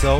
So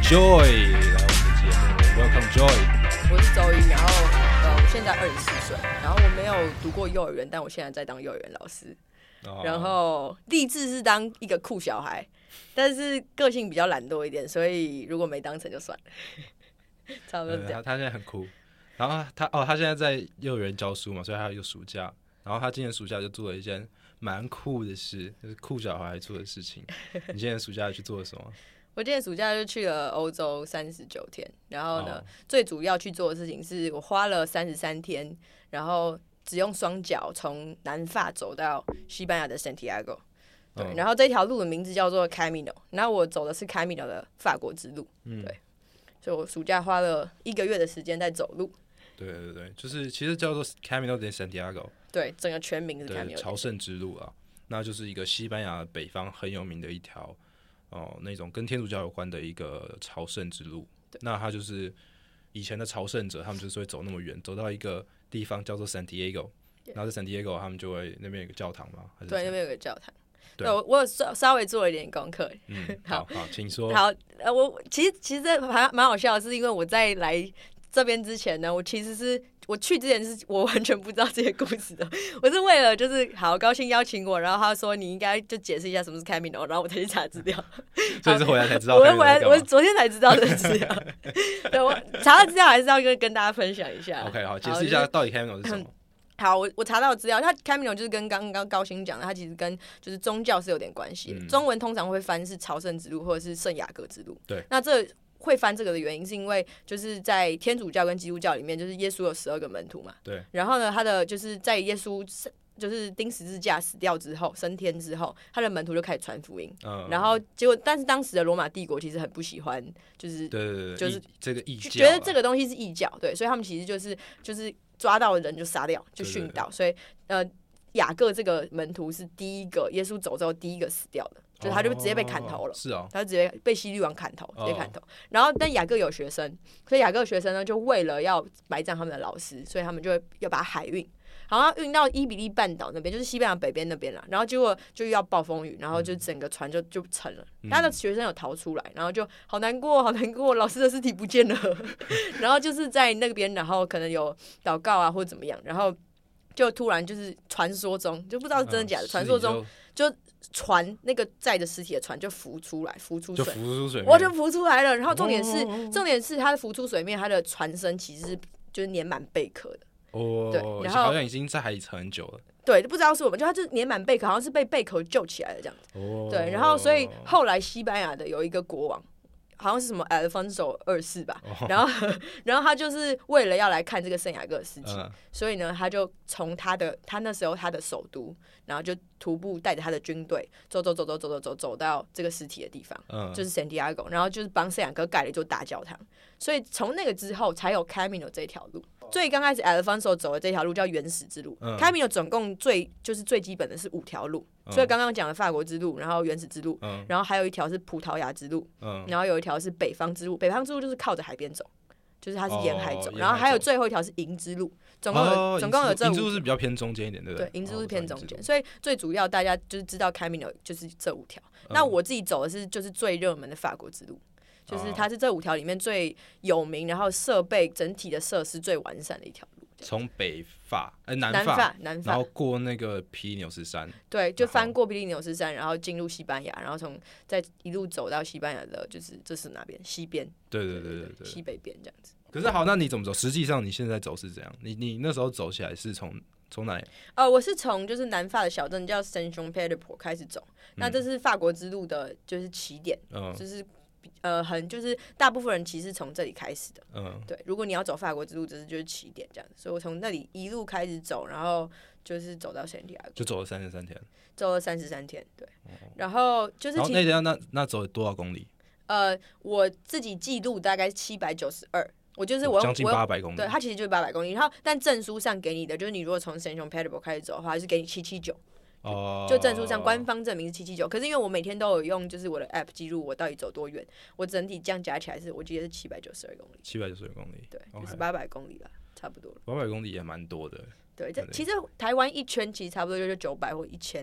Joy 来我们的节目 ，Welcome Joy。 我是周一，然后我现在24岁，然后我没有读过幼儿园，但我现在在当幼儿园老师。然后立志是当一个酷小孩，但是个性比较懒惰一点，所以如果没当成就算了。差不多这样。 他现在很酷，然后他现在在幼儿园教书嘛，所以他有一个暑假，然后他今年暑假就做了一件蛮酷的事，就是酷小孩做的事情。你今年暑假去做了什么？ 我今年暑假就去了欧洲39天，然后呢，最主要去做的事情是我花了33天，然后只用双脚从南法走到西班牙的 Santiago， 对，然后这条路的名字叫做 Camino， 然后我走的是 Camino 的法国之路，对，所以我暑假花了1个月的时间在走路。 对对对，就是其实叫做 Camino de Santiago， 对，整个全名是 Camino 朝圣之路啊，那就是一个西班牙北方很有名的一条那种跟天主教有关的一个朝圣之路。那它就是以前的朝圣者，他们就是会走那么远，走到一个地方叫做 Santiago， 然后在 Santiago 他们就会那边有个教堂嘛， 对，那边有个教堂。对，我有稍微做了一点功课。 好，请说。 好，我其实这蛮好笑的，是因为我在来这边之前呢，我去之前是我完全不知道这些故事的。我是为了就是好高兴邀请我，然后他说你应该就解释一下什么是 Camino， 然后我才去查资料。 所以是回来才知道。 我昨天才知道的资料。对，我查到资料还是要跟大家分享一下。 OK， 好，解释一下到底 Camino 是什么。 好，我查到资料，它 Camino 就是跟刚刚高兴讲的，它其实跟就是宗教是有点关系的。中文通常会翻是朝圣之路或者是圣雅各之路。 对， 那这会翻这个的原因是因为就是在天主教跟基督教里面，就是耶稣有12个门徒嘛。 对。 然后呢，他的就是在耶稣就是钉十字架死掉之后，升天之后，他的门徒就开始传福音。然后结果，但是当时的罗马帝国其实很不喜欢，就是对， 就是这个异教， 觉得这个东西是异教，对，所以他们其实就是抓到人就杀掉，就殉道。所以雅各这个门徒是第一个耶稣走之后第一个死掉的。就是他就直接被砍头了， 是啊， 他就直接被希律王砍头，直接砍头。然后，但雅各有学生，所以雅各的学生呢，就为了要埋葬他们的老师，所以他们就会要把他海运，然后运到伊比利半岛那边，就是西班牙北边那边啦。然后结果就遇到暴风雨，然后就整个船就沉了。他的学生有逃出来，然后就好难过，老师的尸体不见了。然后就是在那边，然后可能有祷告啊或者怎么样，然后就突然就是传说中就不知道是真的假的，传说中就船那个载着尸体的船就浮出水面，我就浮出来了。然后重点是它的浮出水面，它的船身其实是就是粘满贝壳的。对，然后好像已经在海里沉很久了。 对，不知道是我们，就它就是粘满贝壳，好像是被贝壳救起来的这样子。对，然后所以后来西班牙的有一个国王，好像是什么 Alfonso 24吧，然后他就是为了要来看这个圣雅各的尸体，所以呢，他就从他那时候他的首都，然后就徒步带着他的军队走到这个尸体的地方，就是 Santiago， 然后就是帮圣雅各盖了一座大教堂，所以从那个之后才有 Camino 这条路。最刚开始 Alfonso 走的这条路叫原始之路，Camino 总共最基本的是5条路，所以刚刚讲的法国之路，然后原始之路，然后还有一条是葡萄牙之路，然后有一条是北方之路，北方之路就是靠着海边走，就是它是沿海走，然后还有最后一条是营之路，总共有这5。 营之路是比较偏中间一点，对不对？ 对，营之路是偏中间，所以最主要大家就是知道 Camino 就是这5条。那我自己走的是就是最热门的法国之路。就是它是这5条里面最有名，然后设备整体的设施最完善的一条路。 从南法，然后过那个皮里纽斯山， 对，就翻过皮里纽斯山，然后进入西班牙，然后再一路走到西班牙的，就是这是哪边？西边。对，西北边这样子。 可是好，那你怎么走？实际上你现在走是怎样？你那时候走起来是从哪里？ 我是从就是南法的小镇叫 Saint-Jean-Pied-de-Port 开始走，那这是法国之路的，就是起点，就是就是大部分人其实从这里开始的，对。如果你要走法国之路，就是起点这样子，所以我从那里一路开始走，然后就是走到圣地亚哥， 就走了33天， 对。然后就是然后那天那走了多少公里？ 我自己记录大概是792。我就是将近800公里， 对，它其实就是800公里。然后，但证书上给你的就是你如果从 Saint-Jean-Pied-de-Port 开始走的话，是给你779。就证书上官方证明是779，可是因为我每天都有用，就是我的 app 记录我到底走多远，我整体这样加起来我记得是792公里。 792公里， 对，就是800公里了，差不多了。 800公里也蛮多的。 对，其实台湾一圈其实差不多就是900或1000，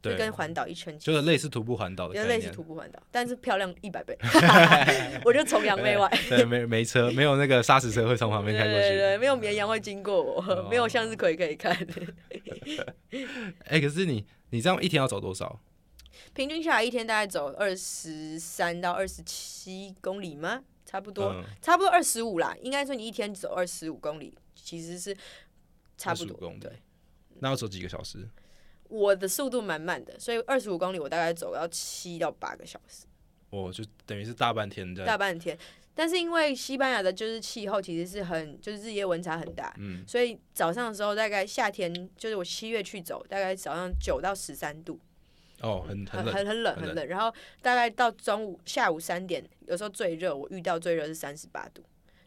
就跟环岛一圈， 就是类似徒步环岛的概念， 类似徒步环岛，但是漂亮100倍，我就崇洋媚外。 对，没车，没有那个砂石车会从旁边开过去， 对，没有绵羊会经过我，没有向日葵可以看。 可是你这样一天要走多少？ 平均下来一天大概走23到27公里吗？差不多25啦。应该说你一天走25公里，其实是差不多。对， 那要走几个小时？ 我的速度蛮慢的，所以25公里我大概走要7到8个小时。 就等于是大半天大半天。但是因为西班牙的就是气候其实是就是日夜温差很大，所以早上的时候大概夏天就是我7月去走，大概早上9到13度。很冷，然后大概到下午3点，有时候最热，我遇到最热是38度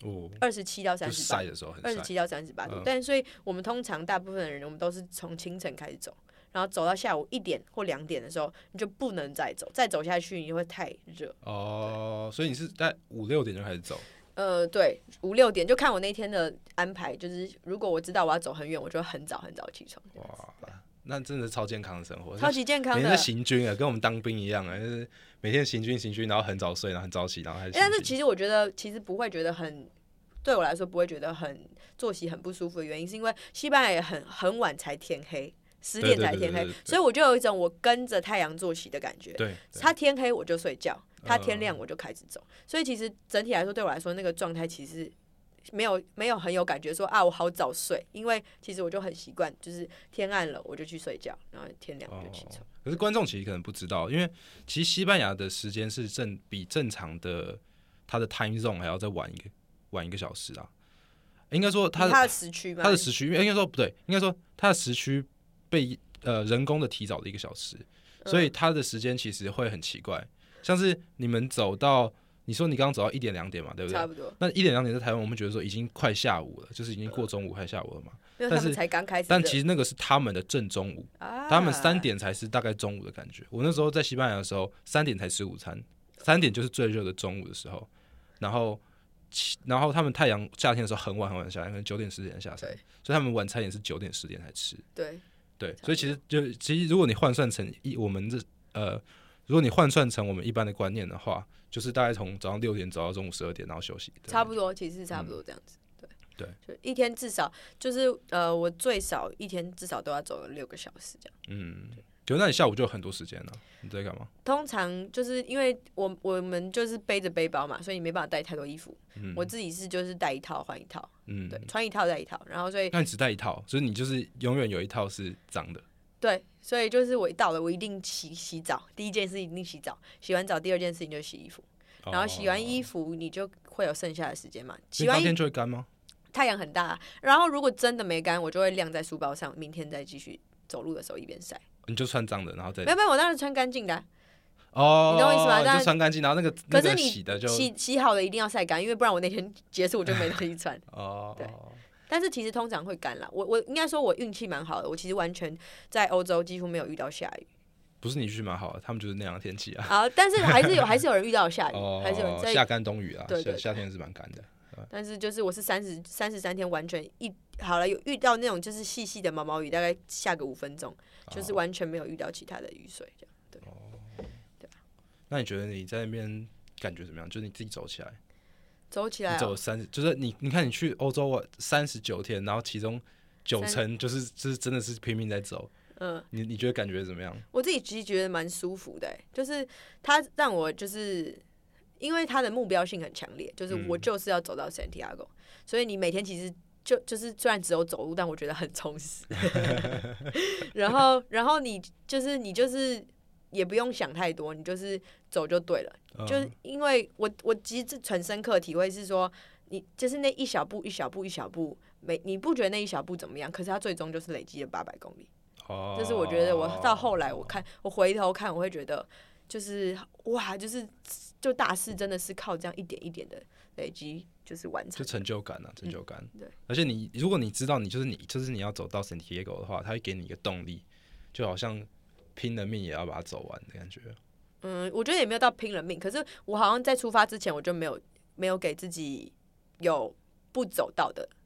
，27到38， 晒的时候很晒 ，27到38度。但所以我们通常大部分的人，我们都是从清晨开始走，然后走到下午1点或2点的时候，你就不能再走，再走下去你会太热。 所以你是在5、6点就开始走？ 对，5、6点就看我那天的安排，就是如果我知道我要走很远，我就很早起床。 哇，那真的是超健康的生活， 超级健康的。 每天行军跟我们当兵一样就是每天行军，然后很早睡，然后很早起，然后还是。 但是其实我觉得，其实不会觉得对我来说不会觉得作息很不舒服的原因，是因为西班牙也很晚才天黑，10点才天黑，所以我就有一种我跟着太阳作息的感觉。 对， 它天黑我就睡觉，它天亮我就开始走，所以其实整体来说，对我来说那个状态其实。没有很有感觉说我好早睡，因为其实我就很习惯，就是天暗了我就去睡觉，然后天亮我就起床。 可是观众其实可能不知道，因为其实西班牙的时间是比正常的它的 time zone 还要再晚一个小时啊。应该说它的时区吗？ 它的时区应该说不对，应该说它的时区被人工的提早了1个小时，所以它的时间其实会很奇怪，像是你们走到。你说你刚刚走到1点2点嘛，对不对？ 差不多。 那1点2点在台湾，我们觉得说已经快下午了，就是已经过中午快下午了嘛。 因为他们才刚开始。 但其实那个是他们的正中午，他们3点才是大概中午的感觉。我那时候在西班牙的时候，3点才吃午餐，3点就是最热的中午的时候。然后他们太阳夏天的时候很晚下山，可能9点10点下山，所以他们晚餐也是9点10点才吃。对，所以其实如果你换算成如果你换算成我们一般的观念的话，就是大概从早上6点走到中午12点，然后休息。差不多，其实差不多这样子。 对， 就一天至少就是我最少一天至少都要走6个小时这样。 那你下午就有很多时间了，你在干嘛？ 通常就是因为我们就是背着背包嘛，所以你没办法带太多衣服。我自己是就是带一套换一套，对，穿一套带一套，然后所以那你只带一套，所以你就是永远有一套是脏的。 对，所以就是我一到了，我一定洗澡，第一件事一定洗澡，洗完澡第2件事情就洗衣服，然后洗完衣服你就会有剩下的时间嘛。洗完当天就会干吗？ 太阳很大，然后如果真的没干，我就会晾在书包上，明天再继续走路的时候一边晒。 你就穿脏的，然后再没有，我当然穿干净的。你懂我意思吗？ 就穿干净，然后可是你洗的就洗好的一定要晒干，因为不然我那天结束我就没东西穿。对。但是其实通常会干啦，我应该说我运气蛮好的，我其实完全在欧洲几乎没有遇到下雨。 不是你运气蛮好的，他们就是那样的天气啊。 好，但是还是有人遇到下雨，还是有人夏干冬雨啊。对，夏天是蛮干的。 但是就是我是33天完全好了，有遇到那种就是细细的毛毛雨，大概下个5分钟，就是完全没有遇到其他的雨水这样。对。对。 那你觉得你在那边感觉怎么样？就是你自己走起来。 你走就是你看你去欧洲39天，然后其中9成就是真的是拼命在走。你觉得感觉怎么样？ 我自己其实觉得蛮舒服的，就是它让我就是因为它的目标性很强烈，就是我就是要走到 Santiago，所以你每天其实就是虽然只有走路，但我觉得很充实。然后你就是也不用想太多，你就是走就对了。就是因为我其实很深刻的体会是说，你就是那一小步一小步一小步，你不觉得那一小步怎么样？可是它最终就是累积了800公里。就是我觉得我到后来我回头看，我会觉得就是哇，就大事真的是靠这样一点一点的累积就是完成， 就成就感啊，成就感。 对， 而且如果你知道就是你要走到 Santiago 的话，它会给你一个动力，就好像拼了命也要把它走完的感觉。 我觉得也没有到拼了命，可是我好像在出发之前我就没有给自己有不走到的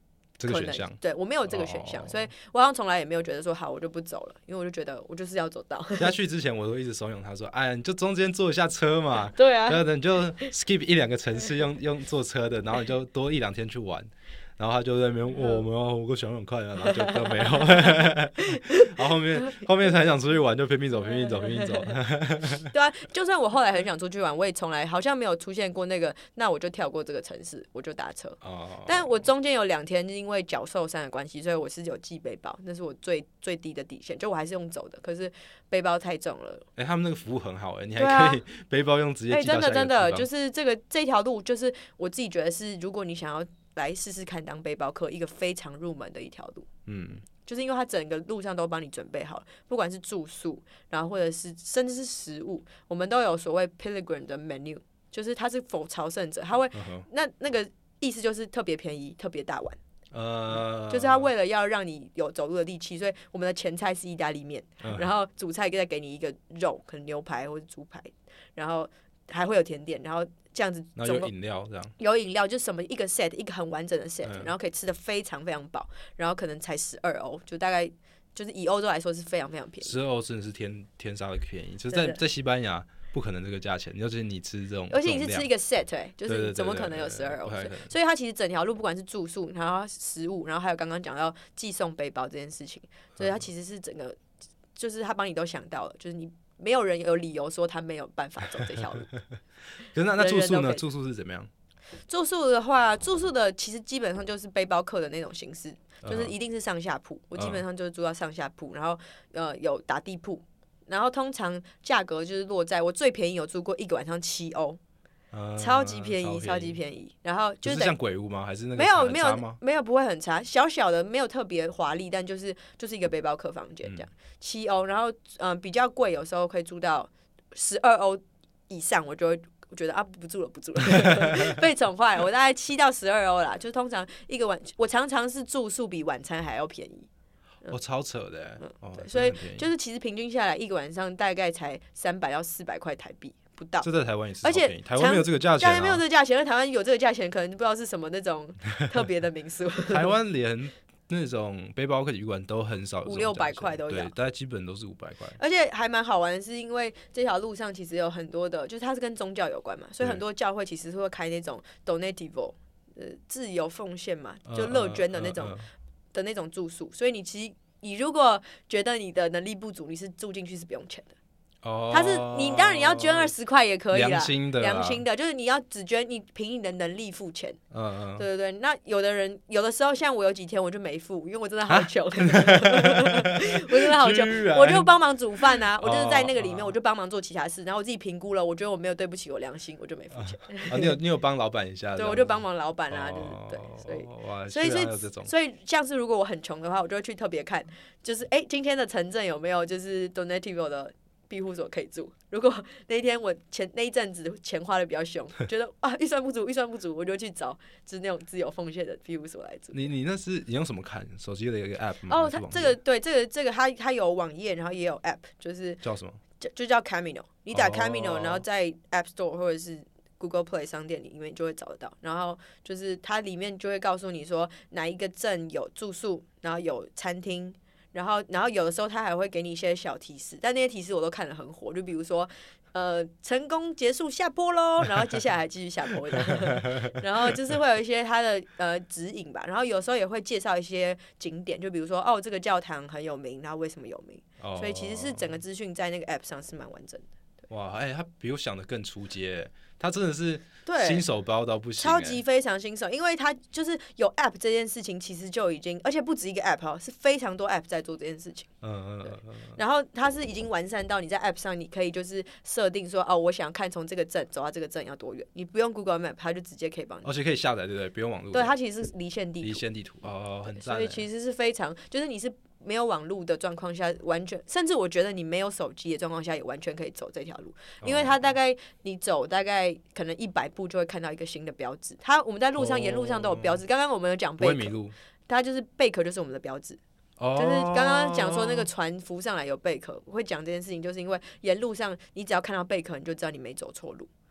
这个选项， 对我没有这个选项，所以我好像从来也没有觉得说好我就不走了，因为我就觉得我就是要走到。 下去之前我都一直怂恿他说：“哎，你就中间坐一下车嘛， 对啊， 你就 skip 1-2个城市用坐车的，然后你就多1-2天去玩。”然后他就在那边，我想很快啊，然后就都没有。然后后面才想出去玩，就拼命走。 对啊，就算我后来很想出去玩，我也从来好像没有出现过那个，那我就跳过这个城市，我就搭车。但我中间有2天因为脚受伤的关系，所以我是有寄背包，那是我最低的底线，就我还是用走的，可是背包太重了。 他们那个服务很好你还可以背包用直接寄到下一个地方。 真的，就是这条路，就是我自己觉得是，如果你想要来试试看当背包客，一个非常入门的一条路。就是因为它整个路上都帮你准备好了，不管是住宿，然后或者是甚至是食物，我们都有所谓 pilgrim 的 menu， 就是它是否朝圣者，它会那个意思就是特别便宜，特别大碗。就是他为了要让你有走路的力气，所以我们的前菜是意大利面，然后主菜再给你一个肉，可能牛排或者猪排，然后还会有甜点，然后这样子， 然后有饮料这样， 有饮料就什么一个 set 一个很完整的 set，然后可以吃得非常非常饱，然后可能才12欧，就大概就是以欧洲来说是非常非常便宜。 12欧真的是天杀的便宜，就是在西班牙不可能这个价钱，尤其是你吃这种， 而且你是吃一个 set，就是怎么可能有12欧？所以它其实整条路不管是住宿，然后食物，然后还有刚刚讲到寄送背包这件事情，所以它其实是整个，就是他帮你都想到了，就是你没有人有理由说他没有办法走这条路。 可是那住宿呢？住宿是怎么样？ 住宿的话，住宿的其实基本上就是背包客的那种形式，就是一定是上下铺。我基本上就是住到上下铺，然后有打地铺。然后通常价格就是落在我最便宜有住过1个晚上7欧，超级便宜，超级便宜。然后就是像鬼屋吗？还是那个没有不会很差，小小的没有特别华丽，但就是一个背包客房间这样，7欧。然后比较贵，有时候可以住到12欧以上，我就会觉得不住了，被宠坏了。我大概7到12欧啦，就是通常一个我常常是住宿比晚餐还要便宜。 超扯的对，所以就是其实平均下来一个晚上大概才300到400块台币不到。 这在台湾也是超便宜，台湾没有这个价钱， 没有这个价钱，因为台湾有这个价钱，可能不知道是什么那种特别的民宿。 台湾连那种背包客旅馆都很少 ，500-600块都有， 对，大概基本都是500块。 而且还蛮好玩的是，因为这条路上其实有很多的，就是它是跟宗教有关嘛，所以很多教会其实会开那种 donative， 自由奉献嘛，就乐捐的那种。的那种住宿，所以你如果觉得你的能力不足，你是住进去是不用钱的。它是当然你要捐20块也可以啦，良心的，就是你要只捐，你凭你的能力付钱。对。那有的时候像我有几天我就没付，因为我真的好穷，我真的好穷，我就帮忙煮饭啊，我就是在那个里面，我就帮忙做其他事，然后我自己评估了，我觉得我没有对不起我良心，我就没付钱。 你有帮老板一下？ 对，我就帮忙老板啊，就是对，所以像是如果我很穷的话，我就会去特别看，就是今天的城镇有没有就是 donative 的庇护所可以住。如果那一天我那一阵子钱花的比较凶，觉得预算不足，我就去找就是那种自由奉献的庇护所来住。 你用什么看？手机的一个 app 吗？ 它这个它有网页，然后也有 app， 就是叫什么？ 就叫 Camino。你打 Camino，然后在 App Store 或者是Google Play 商店里面就会找得到，然后就是它里面就会告诉你说哪一个镇有住宿，然后有餐厅。然后有的时候他还会给你一些小提示，但那些提示我都看得很火，就比如说，成功结束下坡咯，然后接下来还继续下坡的，然后就是会有一些他的指引吧，然后有时候也会介绍一些景点，就比如说这个教堂很有名，然后为什么有名，所以其实是整个资讯在那个 app 上是蛮完整的。 哇，他比我想的更出街，他真的是新手包到不行， 超级非常新手，因为他就是有 app 这件事情，其实就已经，而且不止一个 app 是非常多 app 在做这件事情。然后它是已经完善到你在 app 上，你可以就是设定说，我想看从这个镇走到这个镇要多远，你不用 Google Map， 它就直接可以帮你， 而且可以下载，对不对？不用网络。 对，它其实是离线地图，很赞。 所以其实是非常，就是你是没有网络的状况下，完全，甚至我觉得你没有手机的状况下，也完全可以走这条路，因为它大概你走大概可能100步就会看到一个新的标志。我们在路上沿路上都有标志。刚刚我们有讲贝壳，它就是贝壳就是我们的标志。就是刚刚讲说那个船浮上来有贝壳，我会讲这件事情，就是因为沿路上你只要看到贝壳，你就知道你没走错路。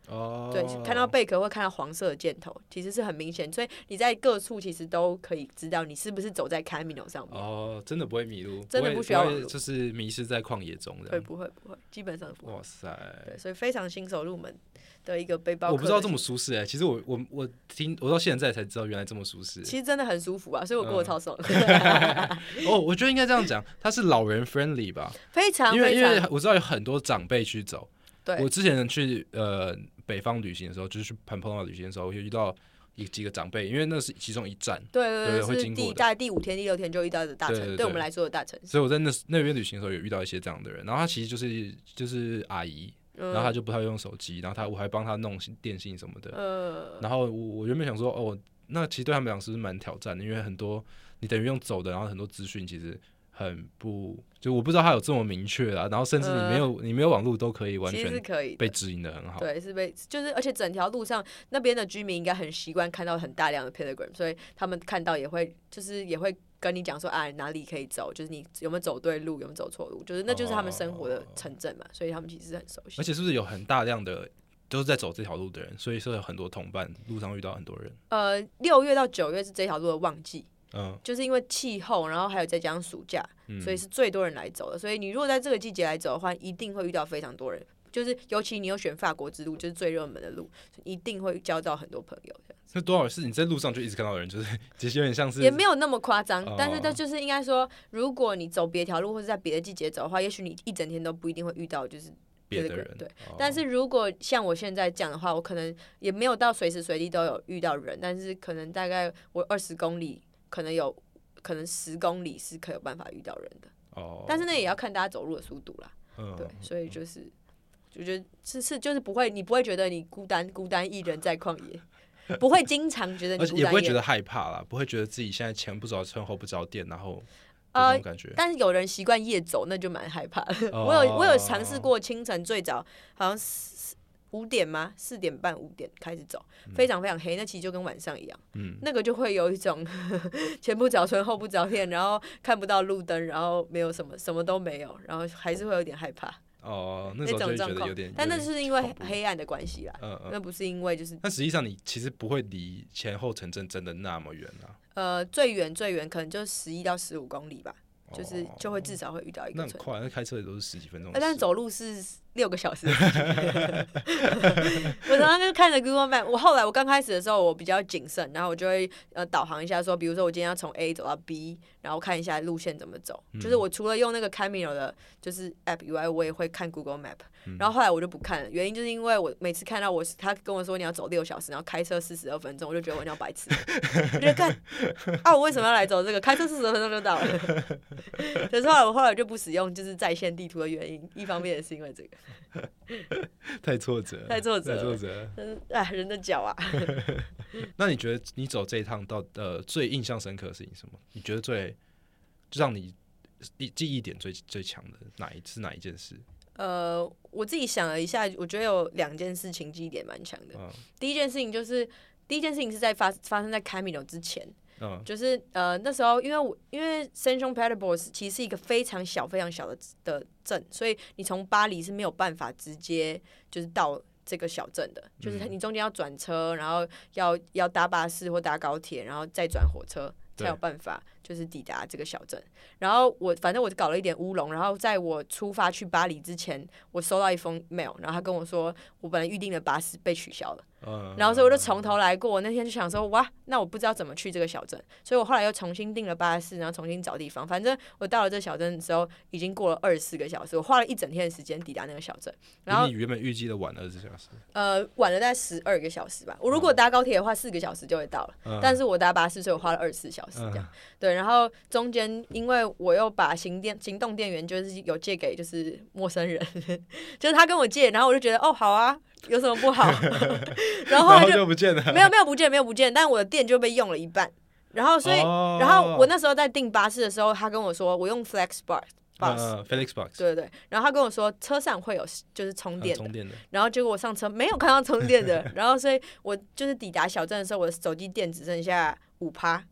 对，看到贝壳会看到黄色的箭头，其实是很明显，所以你在各处其实都可以知道你是不是走在 Camino 上面。 真的不会迷路， 真的不需要网路， 就是迷失在旷野中的。 对，不会，基本上不会。 哇塞！ 对，所以非常新手入门的一个背包客。 我不知道这么舒适其实我到现在才知道原来这么舒适。 其实真的很舒服啊，所以我过得超爽。 我觉得应该这样讲，它是老人 friendly 吧？ 非常， 因为我知道有很多长辈去走。 对， 我之前去北方旅行的时候，就是去Pamplona旅行的时候，我遇到几个长辈，因为那是其中一站， 对， 会经过的。 大概第5天、第6天就遇到的大城，对我们来说的大城市。 所以我在那边旅行的时候，有遇到一些这样的人，然后他其实就是阿姨，然后他就不太会用手机，然后我还帮他弄电信什么的。然后我原本想说，那其实对他们讲是蛮挑战的，因为很多你等于用走的，然后很多资讯其实很不。就我不知道它有这么明确啦，然后甚至你没有网路都可以完全被指引的很好。 对，就是而且整条路上那边的居民应该很习惯看到很大量的 pilgrim， 所以他们看到也会跟你讲说哪里可以走，就是你有没有走对路，有没有走错路，那就是他们生活的城镇嘛，所以他们其实很熟悉。 而且是不是有很大量的都是在走这条路的人，所以是有很多同伴，路上遇到很多人。 6月到9月是这条路的旺季。就是因为气候，然后还有再加上暑假，所以是最多人来走的。所以你如果在这个季节来走的话，一定会遇到非常多人。就是尤其你有选法国之路，就是最热门的路，一定会交到很多朋友。这样子。 那多少是你在路上就一直看到的人，就是其实有点像是也没有那么夸张，但是这就是应该说，如果你走别条路或者在别的季节走的话，也许你一整天都不一定会遇到就是别的人。 对，但是如果像我现在这样的话，我可能也没有到随时随地都有遇到人，但是可能大概我20公里。可能10公里是可以有办法遇到人的，但是那也要看大家走路的速度啦。对，所以就觉得就是你不会觉得你孤单一人在旷野，不会经常觉得你孤单一人， 也不会觉得害怕啦，不会觉得自己现在前不着村后不着店，然后那种感觉。 但是有人习惯夜走，那就蛮害怕的。我有尝试过清晨最早好像5点吗？4点半5点开始走，非常非常黑，那其实就跟晚上一样。那个就会有一种前不着村后不着店，然后看不到路灯，然后没有什么都没有，然后还是会有点害怕。 那时候就会觉得有点， 但那是因为黑暗的关系啦。那不是因为就是。 但实际上你其实不会离前后城镇真的那么远啊。 最远可能就11到15公里吧。就会至少会遇到一个村。 那很快，那开车也都是10几分钟。 但是走路是6个小时。我常常就看着 Google Map， 我刚开始的时候我比较谨慎，然后我就会导航一下说，比如说我今天要从 A 走到 B， 然后看一下路线怎么走。就是我除了用那个 Camino 的就是 App 以外，我也会看 Google Map。然后后来我就不看了，原因就是因为我每次看到他跟我说你要走6小时，然后开车42分钟，我就觉得我像白痴。我觉得看我为什么要来走这个？开车42分钟就到了。可是我后来就不使用就是在线地图的原因，一方面也是因为这个。 太挫折， 人的脚啊。 那你觉得你走这一趟到最印象深刻的事情是什么？你觉得就让你记忆点最强的是哪一件事？ 我自己想了一下，我觉得有2件事情记忆点蛮强的。第一件事情是在发生在 Camino 之前。就是那时候因为 Saint-Jean Pied-de-Port 其实是一个非常小的镇，所以你从巴黎是没有办法直接就是到这个小镇的，就是你中间要转车，然后要搭巴士或搭高铁，然后再转火车才有办法就是抵达这个小镇。然后反正我搞了一点乌龙，然后在我出发去巴黎之前，我收到一封 mail， 然后他跟我说我本来预定的巴士被取消了。然后所以我就从头来过，我那天就想说哇，那我不知道怎么去这个小镇，所以我后来又重新订了巴士，然后重新找地方。反正我到了这小镇的时候，已经过了24个小时，我花了一整天的时间抵达那个小镇。然后你原本预计的晚了24小时？ 晚了大概12个小时吧。我如果搭高铁的话，4个小时就会到了，但是我搭巴士，所以我花了24小时这样。对，然后中间因为我又把行动电源就是有借给就是陌生人，就是他跟我借，然后我就觉得好啊。有什么不好？然后后来就不见了。 没有不见，但我的电就被用了一半。然后然后我那时候在订巴士的时候，他跟我说我用 FlexBus，对。然后他跟我说车上会有就是充电的。然后结果我上车没有看到充电的，然后所以我就是抵达小镇的时候，我的手机电只剩下5%。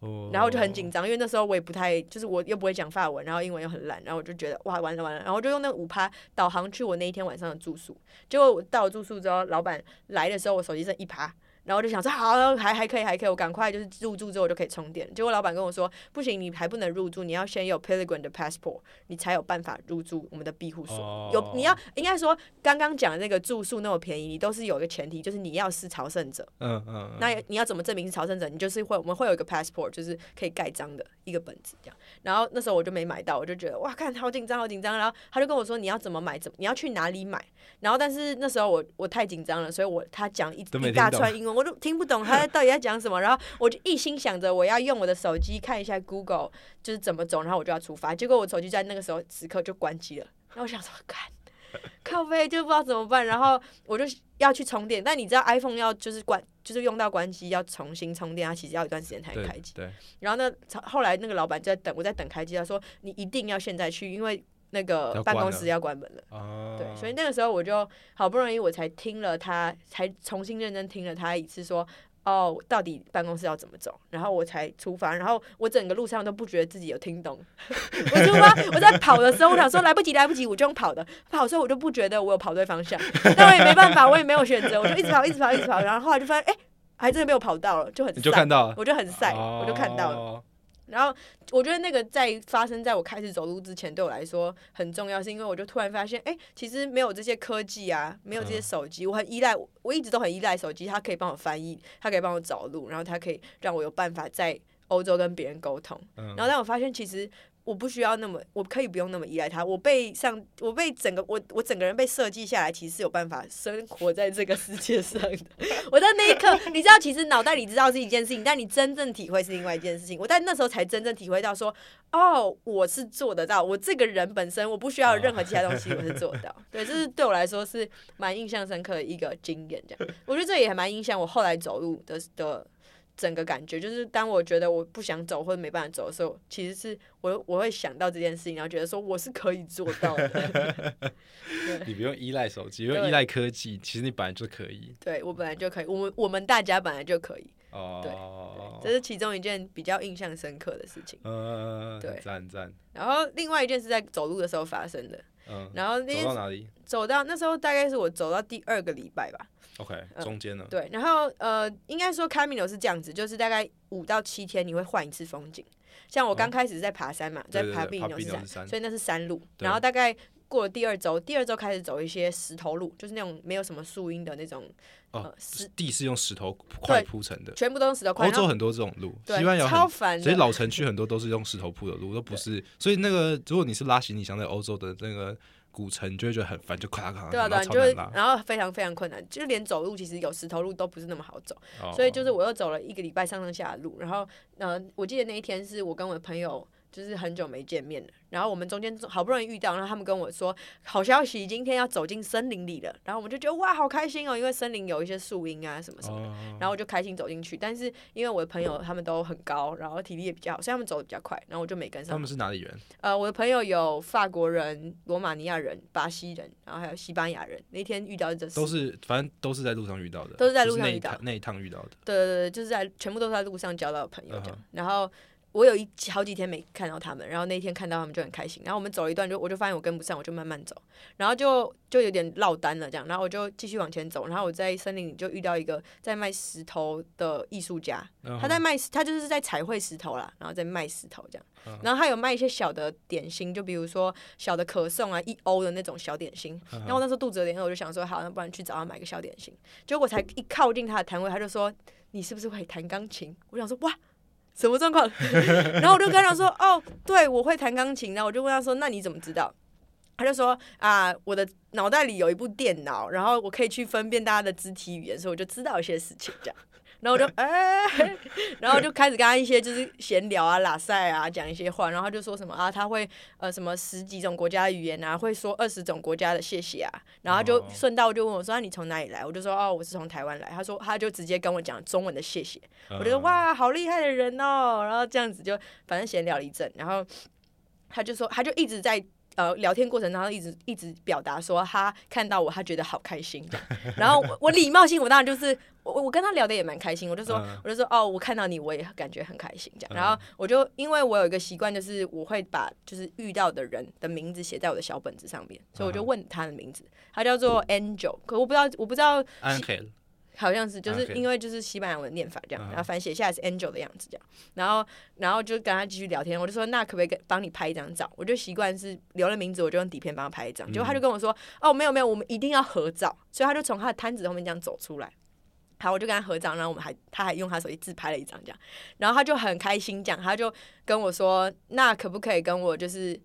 然后我就很紧张，因为那时候我也不太，就是我又不会讲法文，然后英文又很烂，然后我就觉得哇完了完了，然后我就用那个5%导航去我那一天晚上的住宿，结果我到了住宿之后，老板来的时候我手机剩1%。然后我就想说好，还可以，我赶快就是入住之后我就可以充电。结果老板跟我说，不行，你还不能入住，你要先有 Pilgrim 的 passport， 你才有办法入住我们的庇护所。你要应该说刚刚讲的那个住宿那么便宜，你都是有一个前提，就是你要是朝圣者。那你要怎么证明是朝圣者？你就是我们会有一个 passport， 就是可以盖章的一个本子这样。然后那时候我就没买到，我就觉得哇，看好紧张。然后他就跟我说你要怎么买，你要去哪里买。然后但是那时候我太紧张了，所以他讲一大串英文，我都听不懂他到底在讲什么。然后我就一心想着我要用我的手机看一下 Google 就是怎么走，然后我就要出发。结果我手机在那个时刻就关机了。然后我想说，靠背就不知道怎么办。然后我就要去充电，但你知道 iPhone 要就是用到关机要重新充电，它其实要一段时间才开机。 对。 然后呢，后来那个老板就在等，我在等开机，他说你一定要现在去，因为那个办公室要关门了。对，所以那个时候我就好不容易我才听了他，才重新认真听了他一次说，到底办公室要怎么走，然后我才出发。然后我整个路上都不觉得自己有听懂。我出发，我在跑的时候，我想说来不及，我就用跑的。跑的时候我就不觉得我有跑对方向，但我也没办法，我也没有选择，我就一直跑。然后后来就发现，还真的被我跑到了，就很晒。 你就看到了， 我就很晒，我就看到了。然后我觉得那个在发生在我开始走路之前对我来说很重要，是因为我就突然发现其实没有这些科技啊，没有这些手机，我一直都很依赖手机，它可以帮我翻译，它可以帮我找路，然后它可以让我有办法在欧洲跟别人沟通。然后但我发现其实我不需要那么，我可以不用那么依赖它。我整个人被设计下来，其实是有办法生活在这个世界上的。我在那一刻，你知道，其实脑袋里知道是一件事情，但你真正体会是另外一件事情。我在那时候才真正体会到说，我是做得到，我这个人本身我不需要任何其他东西，我是做得到。对，这是对我来说是蛮印象深刻的一个经验。这样，我觉得这也还蛮影响我后来走路的整个感觉，就是当我觉得我不想走或者没办法走的时候，其实是我会想到这件事情，然后觉得说我是可以做到的。 你不用依赖手机，不用依赖科技，其实你本来就可以。 对，我本来就可以，我们大家本来就可以。对，这是其中一件比较印象深刻的事情。对， 赞。 然后另外一件是在走路的时候发生的。然后走到哪里？ 走到那时候大概是我走到第2个礼拜吧。 OK， 中间呢？ 对，然后应该说 Camino 是这样子，就是大概5到7天你会换一次风景。像我刚开始在爬山嘛，在爬比纽斯山，所以那是山路。然后大概过了第二周开始走一些石头路，就是那种没有什么树荫的那种。 地是用石头块铺成的， 全部都用石头块。 欧洲很多这种路，西班牙超烦的， 所以老城区很多都是用石头铺的路，都不是。所以那个如果你是拉行李箱在欧洲的那个古城，你就会觉得很烦，就咔咔咔， 对，然后非常非常困难，就连走路其实有石头路都不是那么好走。所以就是我又走了1个礼拜上下的路，然后我记得那一天是我跟我的朋友。就是很久没见面了，然后我们中间好不容易遇到，然后他们跟我说好消息，今天要走进森林里了，然后我们就觉得哇好开心哦，因为森林有一些树荫啊什么什么的，然后我就开心走进去。但是因为我的朋友他们都很高，然后体力也比较好，所以他们走得比较快，然后我就没跟上。 他们是哪里人？ 我的朋友有法国人、罗马尼亚人、巴西人，然后还有西班牙人。那天遇到这反正都是在路上遇到的， 都是在路上遇到那一趟遇到的。 对，就是全部都是在路上交到的朋友这样，然后。我有好几天没看到他们，然后那一天看到他们就很开心。然后我们走了一段，我就发现我跟不上，我就慢慢走，然后就有点落单了这样。然后我就继续往前走，然后我在森林里就遇到一个在卖石头的艺术家，他就是在彩绘石头啦，然后在卖石头这样。然后他有卖一些小的点心，就比如说小的可颂啊，1欧的那种小点心。然后我那时候肚子有点饿，我就想说好，那不然去找他买个小点心。结果我才一靠近他的摊位，他就说你是不是会弹钢琴？我想说哇。什么状况？然后我就跟他说：“对，我会弹钢琴。”然后我就问他说：“那你怎么知道？”他就说：“我的脑袋里有一部电脑，然后我可以去分辨大家的肢体语言，所以我就知道一些事情这样。”然后我就然后就开始跟他一些就是闲聊啊、拉塞啊，讲一些话。然后他就说什么他会什么10几种国家的语言啊，会说20种国家的谢谢啊。然后他就顺道就问我说：“你从哪里来？”我就说：“我是从台湾来。”他就直接跟我讲中文的谢谢。我就说：“哇，好厉害的人哦！”然后这样子就反正闲聊了一阵，然后他就一直在聊天过程当中一直表达说他看到我他觉得好开心这样，然后我礼貌性我当然就是我跟他聊的也蛮开心，我就说哦我看到你我也感觉很开心这样，然后我就因为我有一个习惯就是我会把就是遇到的人的名字写在我的小本子上面，所以我就问他的名字，他叫做 Angel， 可我不知道 Angel。 好像是，就是因为就是西班牙文的念法这样，然后反正写下来是 Angel 的样子这样，然后就跟他继续聊天，我就说那可不可以帮你拍一张照？我就习惯是留了名字，我就用底片帮他拍一张。结果他就跟我说，哦没有，我们一定要合照，所以他就从他的摊子后面这样走出来。好，我就跟他合照，然后他还用他手机自拍了一张这样，然后他就很开心这样，他就跟我说，那可不可以跟我就是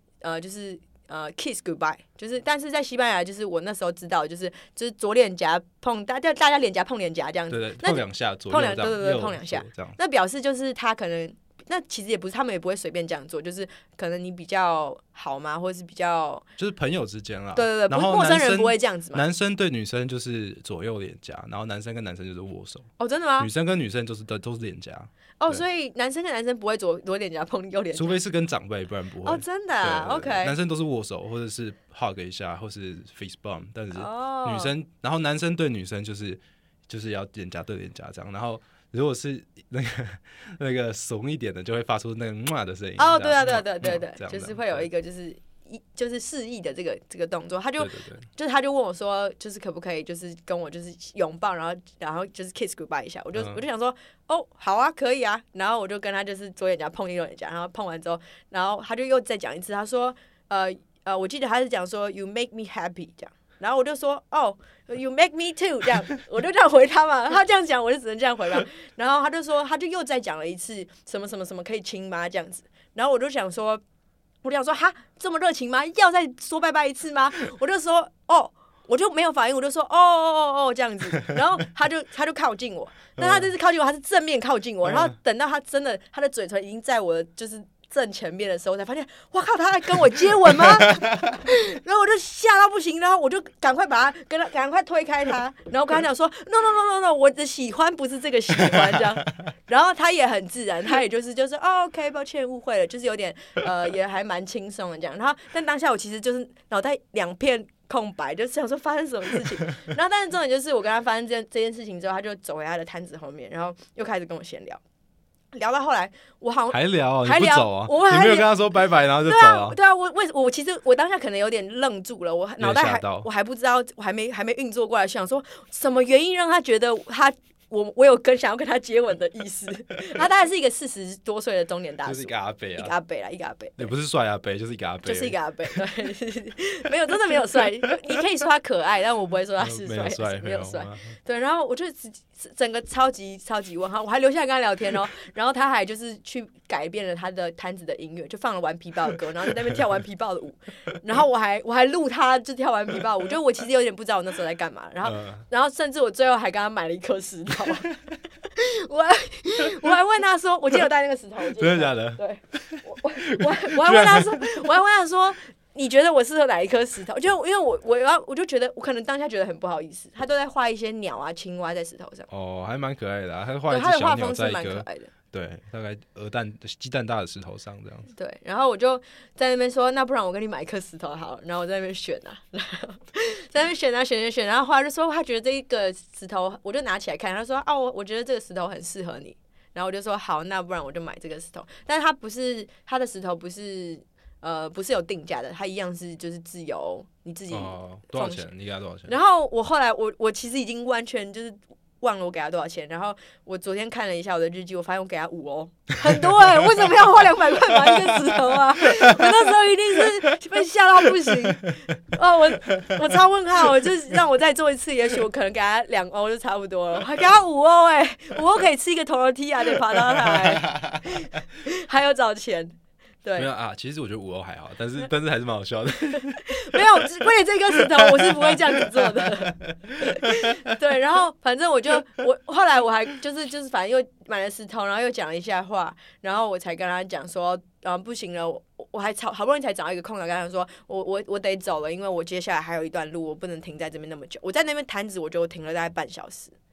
kiss goodbye， 就是但是在西班牙，就是我那时候知道，就是左脸颊碰大家脸颊碰脸颊这样子， 对，碰两下， 对，碰两下，那表示就是他可能。那其实也不是，他们也不会随便这样做，就是可能你比较好嘛，或者是比较就是朋友之间啦。 对， 然后陌生人不会这样子嘛。 男生对女生就是左右脸颊，然后男生跟男生就是握手。 哦，真的吗？ 女生跟女生都是脸颊。 哦，所以男生跟男生不会左脸颊碰右脸颊， 除非是跟长辈，不然不会。 哦，真的啊，OK。 男生都是握手，或者是 hug 一下，或是 face bump， 但是女生，然后男生对女生就是要脸颊对脸颊这样，然后。如果是那个怂一点的，就会发出那个“嘛”的声音。 哦，对，就是会有一个就是示意的这个动作，他就问我说，就是可不可以就是跟我就是拥抱，然后就是 kiss goodbye 一下，我就想说，哦，好啊，可以啊，然后我就跟他就是左脸颊碰右脸颊，然后碰完之后，然后他就又再讲一次，他说，我记得他是讲说 you make me happy 这样。然后我就说哦 ，You make me too 这样，我就这样回他嘛。他这样讲，我就只能这样回嘛。然后他就说，他就又再讲了一次什么什么什么可以亲吗这样子。然后我就想说哈，这么热情吗？要再说拜拜一次吗？我就说哦，我就没有反应，我就说哦这样子。然后他就靠近我，但他这次靠近我，他是正面靠近我。然后等到他真的他的嘴唇已经在我的就是正前面的时候，才发现，哇靠，他还跟我接吻吗？然后我就吓到不行，然后我就赶快赶快推开他，然后跟他讲说 ，no， 我的喜欢不是这个喜欢这样。然后他也很自然，他也就是哦 ，OK， 抱歉误会了，就是有点也还蛮轻松的这样。然后但当下我其实就是脑袋两片空白，就是想说发生什么事情。然后但是重点就是我跟他发生这件事情之后，他就走回他的摊子后面，然后又开始跟我闲聊。聊到后来，我好像还聊，你不走啊？你没有跟他说拜拜，然后就走了。 对啊，我其实我当下可能有点愣住了，我脑袋我还不知道，我还没运作过来，想说什么原因让他觉得我有想要跟他接吻的意思。他大概是一个40多岁的中年大叔， 就是一个阿伯啊， 一个阿伯啦，一个阿伯。 也不是帅阿伯，就是一个阿伯， 就是一个阿伯。对，没有，真的没有帅。你可以说他可爱，但我不会说他是帅，没有帅。对，然后我就整个超级问号，我还留下来跟他聊天哦。然后他还就是去改变了他的摊子的音乐，就放了顽皮豹的歌，然后在那边跳顽皮豹的舞。然后我还录他就跳顽皮豹舞，就我其实有点不知道我那时候在干嘛。然后甚至我最后还跟他买了一颗石头。我还问他说，我记得我带那个石头， 真的假的？ 对，我还问他说，你觉得我适合哪一颗石头？就因为我就觉得我可能当下觉得很不好意思，他都在画一些鸟啊、青蛙在石头上。 哦，还蛮可爱的啊，他画一只小鸟在一个， 蛮可爱的。 对，大概鸡蛋大的石头上这样子。 对，然后我就在那边说，那不然我跟你买一颗石头好了。然后我在那边选啊，在那边选啊，选，然后后来就说他觉得这一个石头，我就拿起来看，他说我觉得这个石头很适合你。然后我就说好，那不然我就买这个石头。但是他的石头不是有定价的，它一样是就是自由你自己。 多少钱？你给他多少钱？ 然后我后来我其实已经完全就是忘了我给他多少钱。然后我昨天看了一下我的日记，我发现我给他5欧，很多为什么要花200块买一个石头啊？我那时候一定是被吓到不行。我超问号，就是让我再做一次，也许我可能给他2欧就差不多了，还给他5欧5欧可以吃一个头罗提亚得爬到他还有找钱。对， 没有啊，其实我觉得5欧还好，但是还是蛮好笑的。 没有，为了这颗石头，我是不会这样子做的。对，然后反正我后来我还就是反正又买了石头，然后又讲了一下话，然后我才跟他讲说，不行了，我还好不容易才找到一个空档，跟他说我得走了，因为我接下来还有一段路，我不能停在这边那么久。我在那边摊子，我就停了大概半小时。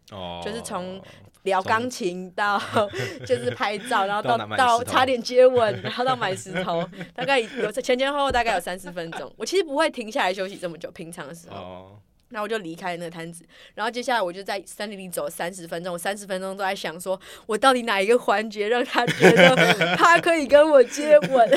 就是从聊钢琴到就是拍照，然后到差点接吻，然后到买石头，大概有前后大概有30分钟。我其实不会停下来休息这么久，平常的时候。然后我就离开了那个摊子，然后接下来我就在森林里走30分钟，我30分钟都在想说，我到底哪一个环节让他觉得他可以跟我接吻？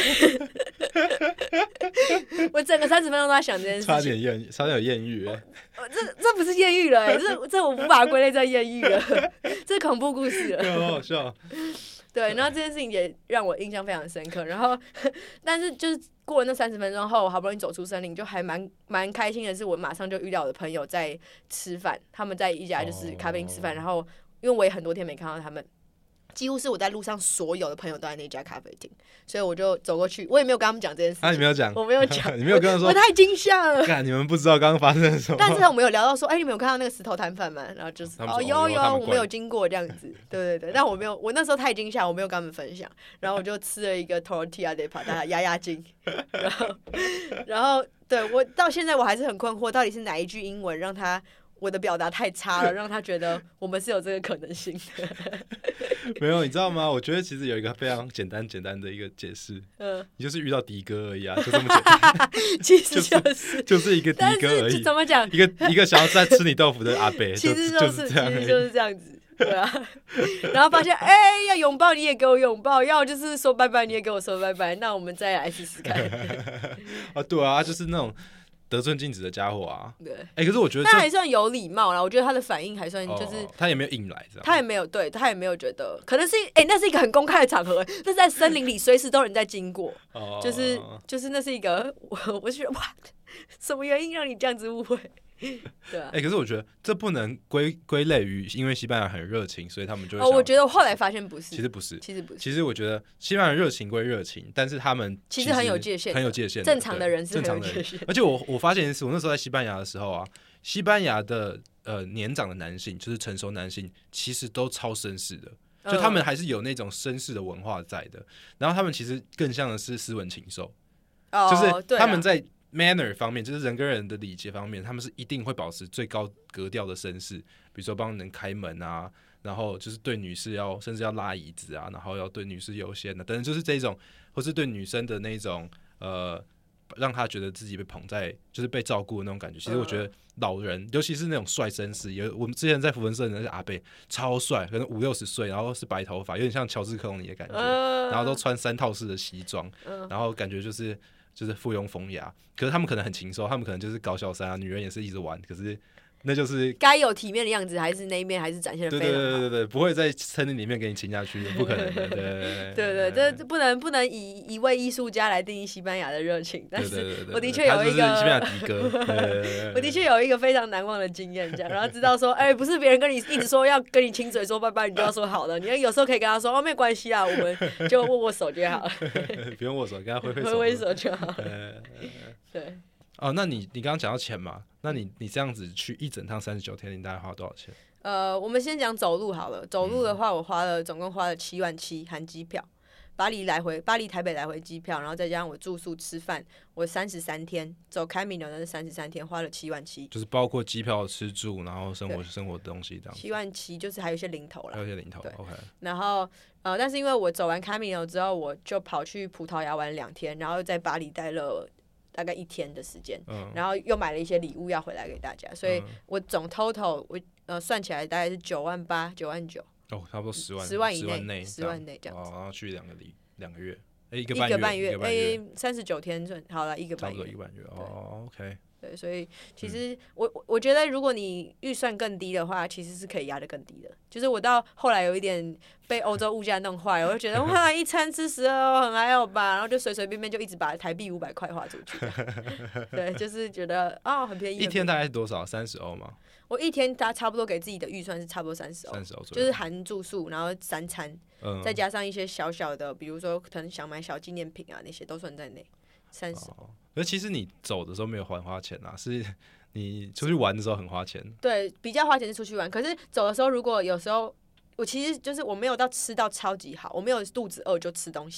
我整个30分钟都在想这件事情， 差点有艳遇这不是艳遇了这我无法归类在艳遇了，这是恐怖故事了， 好好笑。 对，然后这件事情也让我印象非常深刻。然后，但是就是过了那30分钟后，我好不容易走出森林，就还蛮开心的是，我马上就遇到我的朋友在吃饭，他们在一家就是咖啡厅吃饭。然后，因为我也很多天没看到他们，几乎是我在路上所有的朋友都在那家咖啡厅，所以我就走过去，我也没有跟他们讲这件事情。 你没有讲？ 我没有讲， 你没有跟他说？ 我太惊吓了。 干，你们不知道刚刚发生了什么？ 但是我们有聊到说，你们有看到那个石头摊贩吗？然后就是有，我们有经过这样子，对。但我没有，我那时候太惊吓，我没有跟他们分享。然后我就吃了一个 tortilla de patata 压惊，然后对我到现在我还是很困惑，到底是哪一句英文让我的表达太差了，让他觉得我们是有这个可能性的。 没有，你知道吗？我觉得其实有一个非常简单的一个解释，你就是遇到迪哥而已啊，就这么简单。 其实就是一个迪哥而已。 怎么讲？ 一个想要再吃你豆腐的阿伯， 其实就是这样， 其实就是这样子。对啊，然后发现要拥抱你也给我拥抱，要就是说拜拜你也给我说拜拜，那我们再来试试看。 对啊，就是那种得寸进尺的家伙啊。 对， 可是我觉得他还算有礼貌啦，我觉得他的反应还算就是他也没有硬来， 他也没有觉得，可能是那是一个很公开的场合，那是在森林里随时都有人在经过，就是那是一个我觉得哇，什么原因让你这样子误会？对啊， 可是我觉得这不能归类于因为西班牙很热情，所以他们就会我觉得我后来发现不是， 其实不是。 其实我觉得西班牙热情归热情，但是他们其实很有界限，正常的人是很有界限。 而且我发现一件事，我那时候在西班牙的时候啊，西班牙的年长的男性，就是成熟男性，其实都超绅士的，就他们还是有那种绅士的文化在的。然后他们其实更像的是斯文禽兽，就是他们在manner 方面，就是人跟人的礼节方面，他们是一定会保持最高格调的绅士，比如说帮人开门啊，然后就是对女士甚至要拉椅子啊，然后要对女士优先的等等，就是这种，或是对女生的那种让她觉得自己被捧在，就是被照顾的那种感觉。其实我觉得老人，尤其是那种帅绅士，我们之前在福伦社的那个阿伯超帅，可能50-60岁，然后是白头发，有点像乔治克隆尼的感觉，然后都穿3套式的西装，然后感觉就是附庸风雅，可是他们可能很禽兽，他们可能就是搞小三啊，女人也是一直玩，可是那就是该有体面的样子，还是那一面还是展现的非常好。 对，不会在森林里面给你亲下去，不可能的。 对，这不能以一位艺术家来定义西班牙的热情，但是我的确有一个西班牙迪哥， 我的确有一个非常难忘的经验，这样，然后知道说，不是别人跟你一直说要跟你亲嘴说拜拜，你就要说好的，你有时候可以跟他说没关系啊，我们就握握手就好了， 不用握手，跟他挥挥手就好。对。 那你刚刚讲到钱嘛？那你这样子去一整趟39天，你大概花多少钱？ 我们先讲走路好了。走路的话，我总共花了7.7万含机票，巴黎台北来回机票，然后再加上我住宿吃饭，我33天走开米纽的33天，花了7.7万，就是包括机票、吃住，然后生活的东西这样。 7.7万就是还有一些零头啦， 还有一些零头。 对 ，OK。 然后但是因为我走完开米纽之后，我就跑去葡萄牙玩2天，然后在巴黎待了大概1天的时间，然后又买了一些礼物要回来给大家，所以我总 total 我算起来大概是9.8万、9.9万。 差不多10万以内 ，10万内这样子。 然后去2个月， 一个半月，39天算好了，一个半月， 差不多1个半月。OK。 对，所以其实我觉得，如果你预算更低的话，其实是可以压得更低的。就是我到后来有一点被欧洲物价弄坏了，我就觉得哇，一餐吃12欧很还好吧，然后就随随便便就一直把台币500块花出去。对，就是觉得很便宜。 一天大概是多少？30欧吗？ 我一天差不多给自己的预算是差不多30欧左右， 就是含住宿，然后3餐，再加上一些小小的，比如说可能想买小纪念品啊，那些都算在内。30。 可是其实你走的时候没有花钱啊，是你出去玩的时候很花钱。 对，比较花钱是出去玩，可是走的时候，如果有时候我其实就是我没有到吃到超级好，我没有肚子饿就吃东西，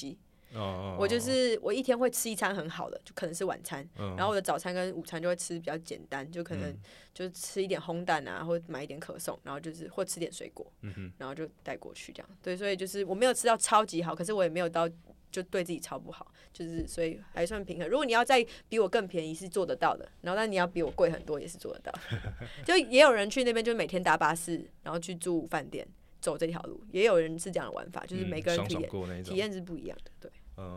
我就是我一天会吃一餐很好的，就可能是晚餐，然后我的早餐跟午餐就会吃比较简单，就可能就吃一点烘蛋啊，或买一点可颂，然后就是或吃点水果，然后就带过去这样。对，所以就是我没有吃到超级好，可是我也没有到就对自己超不好，就是所以还算平衡。如果你要再比我更便宜是做得到的，然后但你要比我贵很多也是做得到。就也有人去那边就每天搭巴士，然后去住饭店。走这条路，也有人是这样的玩法，就是每个人体验是不一样的，对。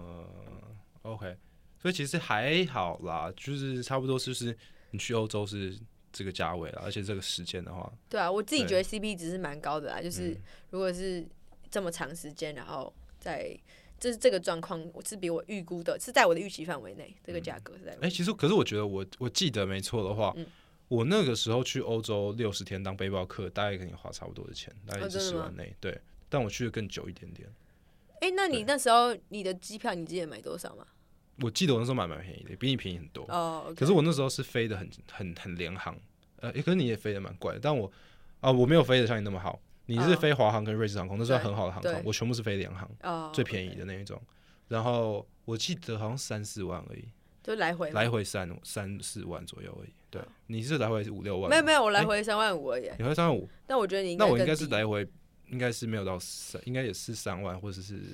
OK， 所以其实还好啦，就是差不多，就是你去欧洲是这个价位啦，而且这个时间的话， 对啊，我自己觉得 CP 值是蛮高的啦，就是如果是这么长时间，然后在就是这个状况，是比我预估的，是在我的预期范围内，这个价格是在。 其实可是我觉得我记得没错的话。我那个时候去欧洲60天当背包客，大概可以花差不多的钱，大概是10万内。对，但我去的更久一点点。 那你那时候你的机票你记得买多少吗？ 我记得我那时候蛮便宜的，比你便宜很多。 Okay. 可是我那时候是飞的很联航，可是你也飞的蛮怪的，但我没有飞的像你那么好。你是飞华航跟瑞士航空，那是很好的航空，我全部是飞联航，最便宜的那一种。然后我记得好像3-4万而已。 就来回 3-4万左右而已。对，你是来回5-6万？ 没有，我来回3万5而已。 你回3万5？ 但我觉得你那我应该是来回，应该是没有到应该也是3万或者是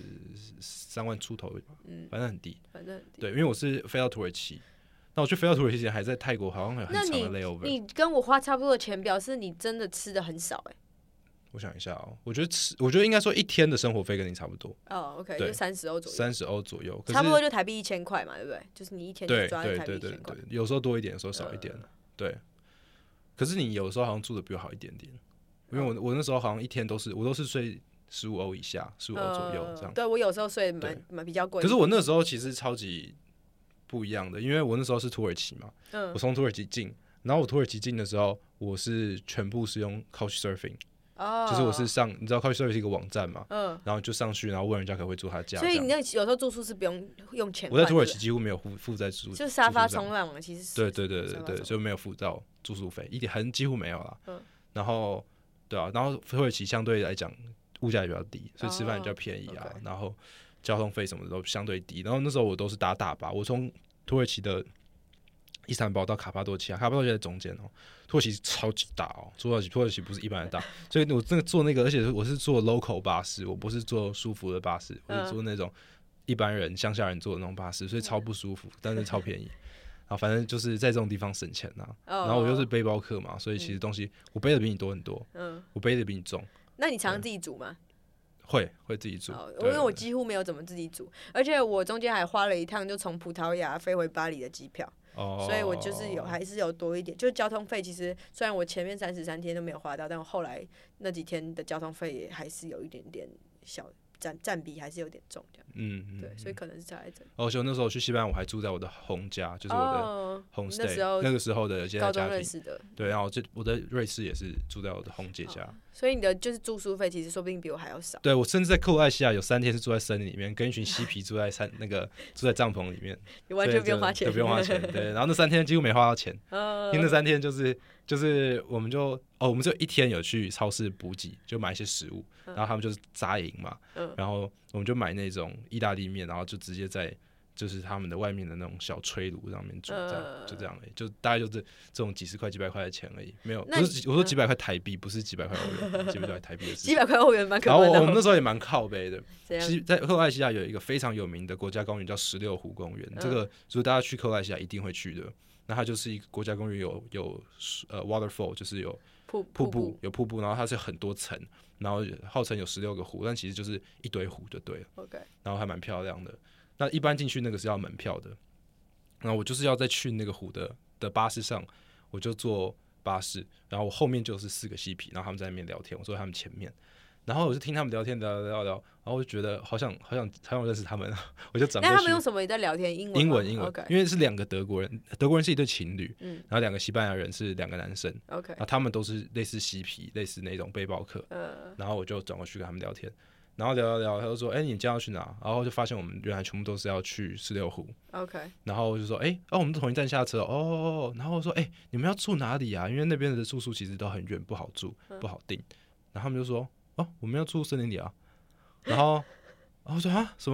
3万出头吧。反正很低。对，因为我是飞到土耳其，那我去飞到土耳其前还在泰国，好像有很长的 layover。 你跟我花差不多的钱，表示你真的吃的很少我想一下我觉得应该说一天的生活费跟你差不多。 OK， 就30欧左右。 30欧左右， 差不多就台币1000块嘛，对不对？就是你一天就抓台币1000块。 对，有时候多一点，有时候少一点。对，可是你有时候好像住的比我好一点点，因为我那时候好像一天都是睡15欧以下，15欧左右这样。 对，我有时候睡蛮比较贵。 可是我那时候其实超级不一样的，因为我那时候是土耳其嘛，我从土耳其进，然后我土耳其进的时候，我是全部是用 Couchsurfing。就是我是你知道 Couchsurfing 是一个网站嘛，然后就上去，然后问人家可不可以住他家。 所以你那有时候住宿是不用钱。 我在土耳其几乎没有付在住宿， 就是沙发冲浪嘛，其实。 对，就没有付到住宿费，几乎没有啦。然后对啊，然后土耳其相对来讲物价也比较低，所以吃饭也比较便宜啊，然后交通费什么的都相对低。然后那时候我都是搭大巴，我从土耳其的伊斯坦堡到卡帕多奇亚，卡帕多奇亚在中间土耳其超级大土耳其不是一般的大，所以我坐那个，而且我是坐 local 巴士，我不是坐舒服的巴士，我是坐那种一般人乡下人坐的那种巴士，所以超不舒服，但是超便宜。然后反正就是在这种地方省钱然后我又是背包客嘛，所以其实东西我背的比你多很多，我背的比你重。 那你常常自己煮吗？ 会自己煮， 因为我几乎没有怎么自己煮，而且我中间还花了一趟就从葡萄牙飞回巴黎的机票。所以我就是还是有多一点，就是交通费。其实虽然我前面33天都没有花到，但我后来那几天的交通费也还是有一点点小占比，还是有点重这样。对，所以可能是差在这里。 所以那时候去西班牙，我还住在我的 home 家，就是我的 home stay。那个时候的现在家庭，对，然后我在瑞士也是住在我的 home 姐家。 所以你的就是住宿费，其实说不定比我还要少。 对，我甚至在克罗埃西亚有3天是住在森林里面，跟一群嬉皮住在帐篷里面， 你完全不用花钱， 不用花钱。对，然后那3天几乎没花到钱，因为那3天就是我们只有1天有去超市补给，就买一些食物，然后他们就是扎营嘛，然后我们就买那种意大利面，然后就直接在就是他们的外面的那种小炊炉上面煮，就这样而已，就大概就是这种几十块几百块的钱而已，没有，不是我说几百块台币，不是几百块欧元，几百块台币的事情。 几百块欧元蛮可观的。 然后我们那时候也蛮靠北的，在克罗埃西亚有一个非常有名的国家公园叫16湖公园，这个如果大家去克罗埃西亚一定会去的。那它就是一个国家公园，有waterfall， 就是有瀑布，然后它是很多层，然后号称有16个湖，但其实就是一堆湖就对了。然后还蛮漂亮的。那一般进去那个是要门票的，然后我就是要再去那个湖的巴士上，我就坐巴士，然后我后面就是4个嬉皮，然后他们在那边聊天，我坐在他们前面。然后我就听他们聊天，聊，然后我就觉得好想认识他们，我就转过去。 那他们用什么在聊天？英文， 因为是2个德国人，德国人是一对情侣，然后2个西班牙人是2个男生，然后他们都是类似嬉皮，类似那种背包客，然后我就转过去跟他们聊天，然后聊，他就说：“你今天要去哪？”然后就发现我们原来全部都是要去16湖。然后我就说：“我们同一站下车哦。”然后我说：“你们要住哪里啊？因为那边的住宿其实都很远，不好住，不好订。”然后他们就说：“我们要住森林里啊。”然后我说：“什么？”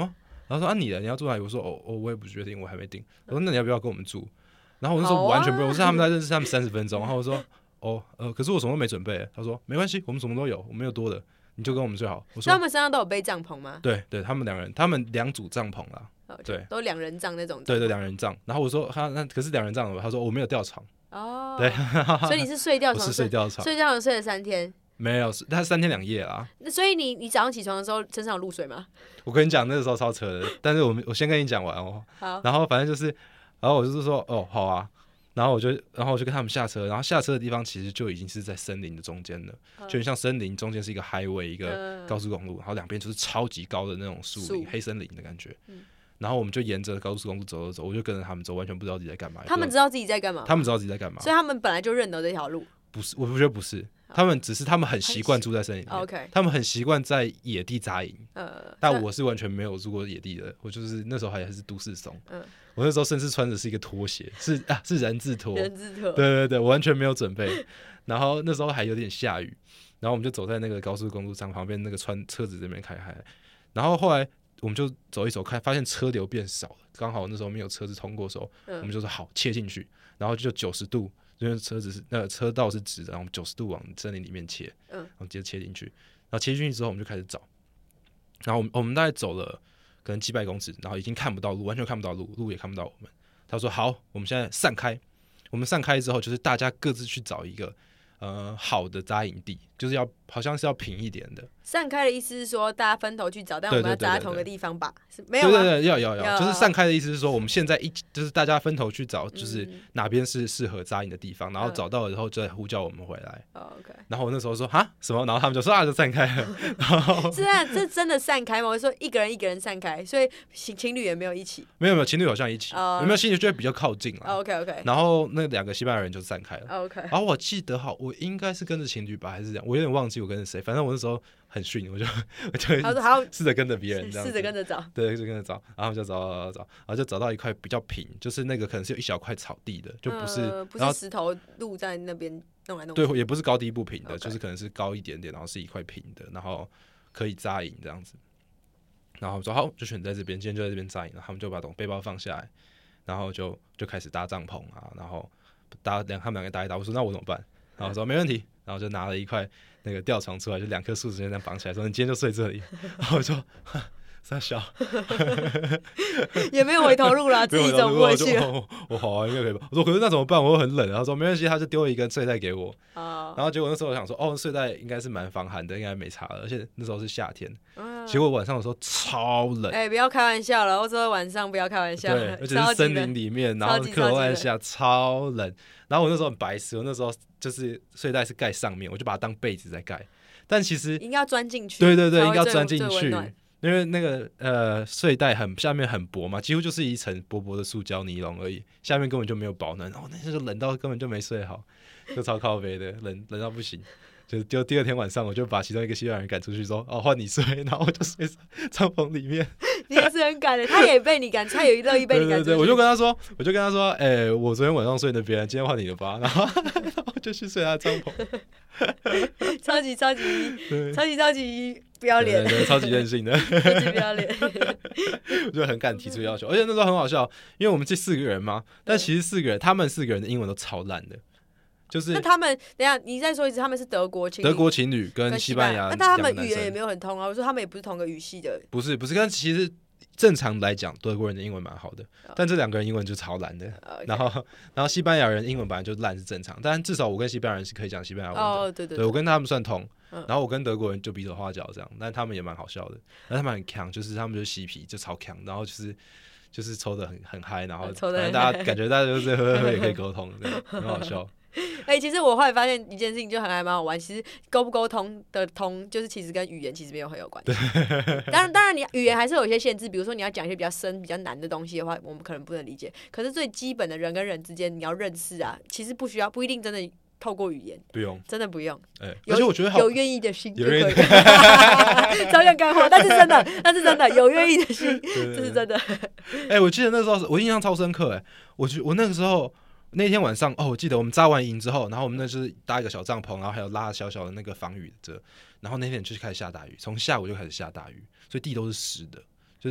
然后说啊你要住哪里？我说我也不决定，我还没定。我说那你要不要跟我们住？然后我那时候完全不用，我是他们在认识他们30分钟，然后我说可是我什么都没准备。他说没关系，我们什么都有，我们有多的，你就跟我们最好。我说他们身上都有背帐篷吗？ 对，他们2人，他们2组帐篷啦。对， 都2人帐那种。 对2人帐。然后我说那可是2人帐，他说我没有吊床。对， 所以你是睡吊床？ 我是睡吊床， 睡吊床睡了3天。没有，他3天2夜啦。 所以你早上起床的时候身上有露水吗？ 我跟你讲，那个时候超扯的，但是我先跟你讲完哦。好。然后反正就是，然后我就是说好啊，然后我就跟他们下车，然后下车的地方其实就已经是在森林的中间了，就很像森林中间是一个 highway 一个高速公路，然后两边就是超级高的那种树林，黑森林的感觉。然后我们就沿着高速公路走，我就跟着他们走，完全不知道自己在干嘛。 他们知道自己在干嘛？ 他们知道自己在干嘛， 所以他们本来就认得这条路。 不是，我觉得不是，他们很习惯住在森林里面，okay. 他们很习惯在野地扎营。但我是完全没有住过野地的，我就是那时候还是都市松。我那时候甚至穿的是一个拖鞋，是人字拖。对，我完全没有准备。然后那时候还有点下雨，然后我们就走在那个高速公路上旁边那个车子这边开，然后后来我们就走一走，发现车流变少了，刚好那时候没有车子通过的时候，我们就说好切进去，然后就90度。因为车道是直的，然后我们90度往森林里面切，然后接着切进去，然后切进去之后我们就开始找，然后我们大概走了可能几百公尺，然后已经看不到路，完全看不到路，路也看不到我们。他说好，我们现在散开。我们散开之后，就是大家各自去找一个好的扎营地，就是好像是要平一点的。 散开的意思是说大家分头去找，但我们要扎在同一个地方吧？没有吗？ 对，要，就是散开的意思是说我们现在就是大家分头去找，就是哪边是适合扎营的地方，然后找到了之后就再呼叫我们回来。 OK。 然后我那时候说哈什么，然后他们就说就散开了。 是这真的散开吗？我说一个人散开，所以情侣也没有一起。没有，情侣好像一起，有没有情侣就会比较靠近啦。 OK。 然后那2个西班牙人就散开了。 OK。 然后我记得我应该是跟着情侣吧，还是这样，我有点忘记我跟着谁，反正我那时候很逊，我就试着跟着别人这样， 试着跟着找， 对，就跟着找，然后就找，然后就找到一块比较平，就是那个可能是有一小块草地的，就不是石头路在那边弄来弄去， 对，也不是高低不平的，就是可能是高一点点，然后是一块平的，然后可以扎营这样子。然后说好，就选在这边，今天就在这边扎营，然后他们就把背包放下来，然后就开始搭帐篷啊，然后他们2个搭一搭，我说那我怎么办？然后我说没问题，然后就拿了一块那个吊床出来，就2棵树之间这样绑起来，说你今天就睡这里。然后我就傻笑， 也没有回头路啦，自己走过去了。 我好啊，应该可以吧？我说可是那怎么办？我又很冷。他说没关系，他就丢了一根睡袋给我。然后结果那时候我想说，睡袋应该是蛮防寒的，应该没差了。而且那时候是夏天，结果晚上的时候超冷。 不要开玩笑了，我说晚上不要开玩笑。 对，而且是森林里面，然后客湾下超冷。然后我那时候很白痴，我那时候就是睡袋是盖上面，我就把它当被子在盖。但其实应该要钻进去， 对，应该要钻进去，因为那个睡袋下面很薄嘛，几乎就是一层薄薄的塑胶尼龙而已，下面根本就没有保暖。那天就冷到根本就没睡好，就超靠北的，冷到不行。就第2天晚上，我就把其中一个西班牙人赶出去，说换你睡，然后我就睡帐篷里面。 你也是很赶的，他也被你赶，他也乐意被你赶出去。 对，我就跟他说，我昨天晚上睡那边，今天换你的吧，然后就去睡他的帐篷。 超级不要脸， 对，超级任性的， 超级不要脸。 我就很敢提出要求，而且那时候很好笑，因为我们这4个人嘛，但其实他们4个人的英文都超烂的。就是那他们等一下，你再说一次，他们是德国情侣跟西班牙， 那他们语言也没有很通啊。我说他们也不是同个语系的， 不是，但其实正常来讲，德国人的英文蛮好的，但这2个人英文就超烂的。然后西班牙人英文本来就烂是正常，但至少我跟西班牙人是可以讲西班牙文的。对，我跟他们算通。然后我跟德国人就比手画脚这样，但他们也蛮好笑的。但他们很强，就是他们就嬉皮，就超强，然后就是抽的很嗨，然后大家感觉大家就是喝也可以沟通，很好笑。 其实我后来发现一件事情，就还蛮好玩。其实沟不沟通的通，就是其实跟语言其实没有很有关系。当然，你语言还是有一些限制，比如说你要讲一些比较深、比较难的东西的话，我们可能不能理解。可是最基本的人跟人之间，你要认识啊，其实不一定真的透过语言， 不用， 真的不用。 而且我觉得有愿意的心就可以。超像干话，但是真的有愿意的心，这是真的。 我记得那时候我印象超深刻。我那个时候。那天晚上我记得我们扎完营之后，然后我们那就是搭一个小帐篷，然后还有拉小小的那个防雨遮，然后那天就开始下大雨，从下午就开始下大雨，所以地都是湿的，就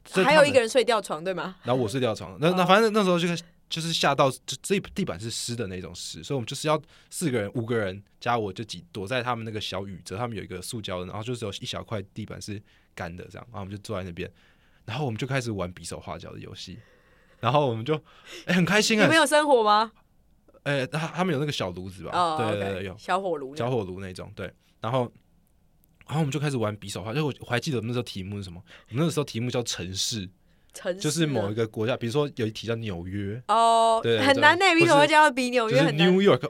还有一个人睡吊床对吗？ 然后我睡吊床，那反正那时候就是吓到，这地板是湿的那种湿，所以我们就是要4个人、5个人加我就躲在他们那个小雨遮，他们有一个塑胶的，然后就只有一小块地板是干的这样，然后我们就坐在那边，然后我们就开始玩比手画脚的游戏，然后我们就很开心啊。 你们有生火吗？ 他们有那个小炉子吧？对对对，有小火炉那种，对，然后我们就开始玩比手画脚，我还记得我们那时候题目是什么？我们那时候题目叫城市。就是某一个国家，比如说有一题叫纽约对， 很难呢，比什么叫比纽约很难。 New York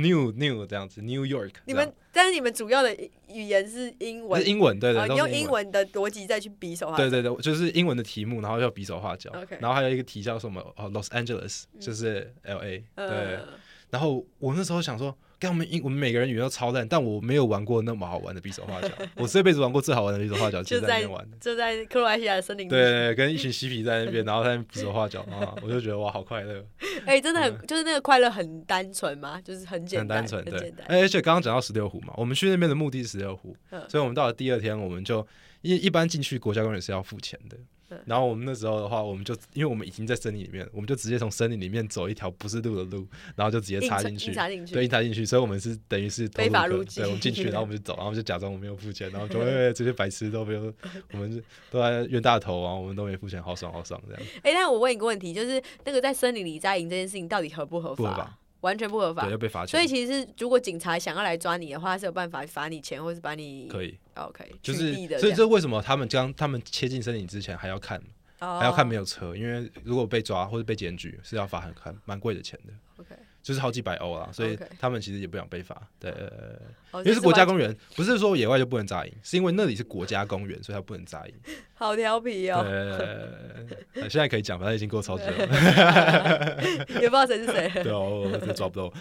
New 这样子 New York。 但是你们主要的语言是英文， 是英文对， 你用英文的逻辑再去比手画脚。对，就是英文的题目，然后要比手画脚。然后还有一个题叫什么Los Angeles， 就是 LA。对，然后我那时候想说。跟我们每个人语言都超烂，但我没有玩过那么好玩的比手画脚。我这辈子玩过最好玩的比手画脚，就是在那边玩的， 就在克罗埃西亚的森林里。 对，跟一群嬉皮在那边，然后在那边比手画脚，我就觉得哇，好快乐。 真的就是那个快乐很单纯嘛，就是很简单， 很单纯，对。而且刚刚讲到16湖嘛，我们去那边的目的是16湖，所以我们到了第2天，我们就一般进去国家公园是要付钱的。然后我们那时候的话，我们就因为我们已经在森林里面，我们就直接从森林里面走一条不是路的路，然后就直接插进去，对，硬插进去。所以我们是等于是非法入境， 对，我们进去，然后我们就走，然后我们就假装我们没有付钱，然后就这些白痴都没有，我们都在冤大头啊，我们都没付钱，好爽这样。 但我问一个问题，就是那个在森林里扎营这件事情到底合不合法？ 不合法。 完全不合法， 对，要被罚钱。 所以其实如果警察想要来抓你的话，是有办法罚你钱，或是把你可以 OK 就是取缔的。 所以这为什么他们切进森林之前还要看？还要看没有车，因为如果被抓或者被检举是要罚蛮贵的钱的。 OK， 就是好几百欧啦，所以他们其实也不想被罚。对， 因为是国家公园，不是说野外就不能扎营，是因为那里是国家公园，所以它不能扎营。 好调皮哦！ 对，现在可以讲，反正已经够超级了。 也不知道谁是谁。 对哦，我抓不到。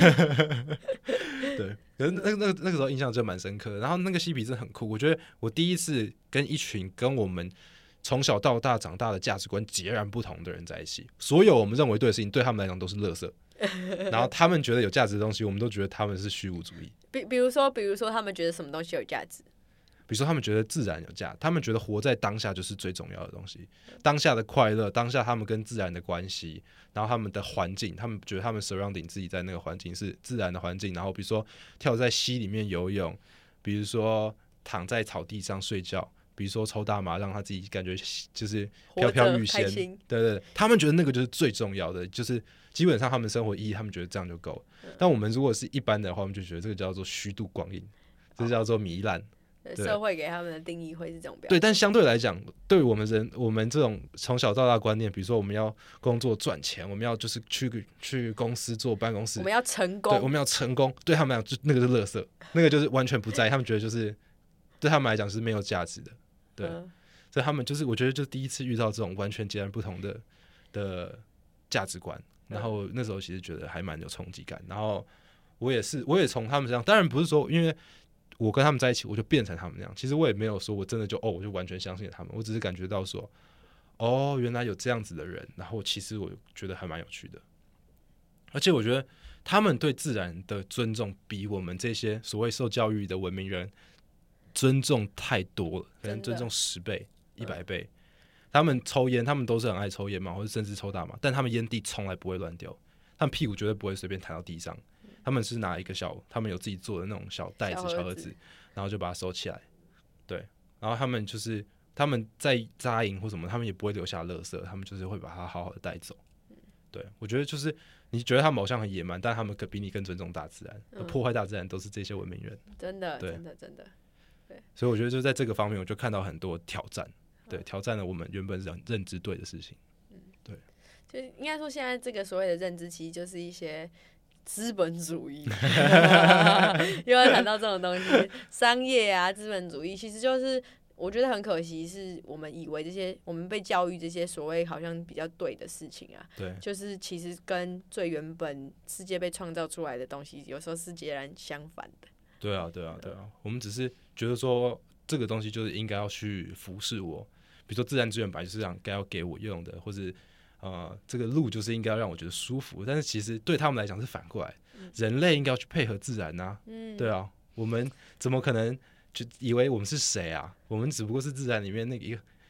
对，可是那个时候印象真的蛮深刻的。然后那个嬉皮真的很酷，我觉得我第一次跟一群跟我们从小到大长大的价值观截然不同的人在一起，所有我们认为对的事情对他们来讲都是垃圾，然后他们觉得有价值的东西，我们都觉得他们是虚无主义。 比如说他们觉得什么东西有价值？ 比如说他们觉得自然有价，他们觉得活在当下就是最重要的东西，当下的快乐，当下他们跟自然的关系，然后他们的环境，他们觉得他们 surrounding 自己在那个环境是自然的环境，然后比如说跳在溪里面游泳，比如说躺在草地上睡觉，比如说抽大麻让他自己感觉就是飘飘欲仙，对，他们觉得那个就是最重要的，就是基本上他们生活意义，他们觉得这样就够了。但我们如果是一般的话，我们就觉得这个叫做虚度光阴，这叫做糜烂。 社会给他们的定义会是这种表现。 对，但相对来讲，对我们这种从小到大的观念，比如说我们要工作赚钱，我们要就是去公司做办公室， 我们要成功， 对，我们要成功，对他们来讲，那个是垃圾，那个就是完全不在意，他们觉得就是对他们来讲是没有价值的，对，所以他们就是我觉得就第一次遇到这种完全截然不同的价值观，然后那时候其实觉得还蛮有冲击感，然后我也从他们身上，当然不是说因为我跟他们在一起我就变成他们那样，其实我也没有说我真的我就完全相信他们，我只是感觉到说原来有这样子的人，然后其实我觉得还蛮有趣的，而且我觉得他们对自然的尊重比我们这些所谓受教育的文明人尊重太多了，可能尊重10倍100倍。他们抽烟，他们都是很爱抽烟嘛，或者甚至抽大麻，但他们烟蒂从来不会乱掉，他们屁股绝对不会随便弹到地上。他们是拿一个他们有自己做的那种小袋子、小盒子，然后就把它收起来。对，然后他们就是他们在扎营或什么，他们也不会留下垃圾，他们就是会把它好好的带走。对，我觉得就是你觉得他们好像很野蛮，但他们可比你更尊重大自然，破坏大自然都是这些文明人。 真的， 对， 真的。对， 所以我觉得就在这个方面，我就看到很多挑战，对，挑战了我们原本认知对的事情。对， 就应该说现在这个所谓的认知，其实就是一些资本主义，又要谈到这种东西，商业啊，资本主义，其实就是我觉得很可惜，是我们以为这些我们被教育这些所谓好像比较对的事情啊， 对， 就是其实跟最原本世界被创造出来的东西，有时候是截然相反的。对啊， 我们只是觉得说这个东西就是应该要去服侍我，比如说自然资源本来就是应该要给我用的，或者这个路就是应该要让我觉得舒服，但是其实对他们来讲是反过来，人类应该要去配合自然啊，对啊，我们怎么可能就以为我们是谁啊？我们只不过是自然里面那个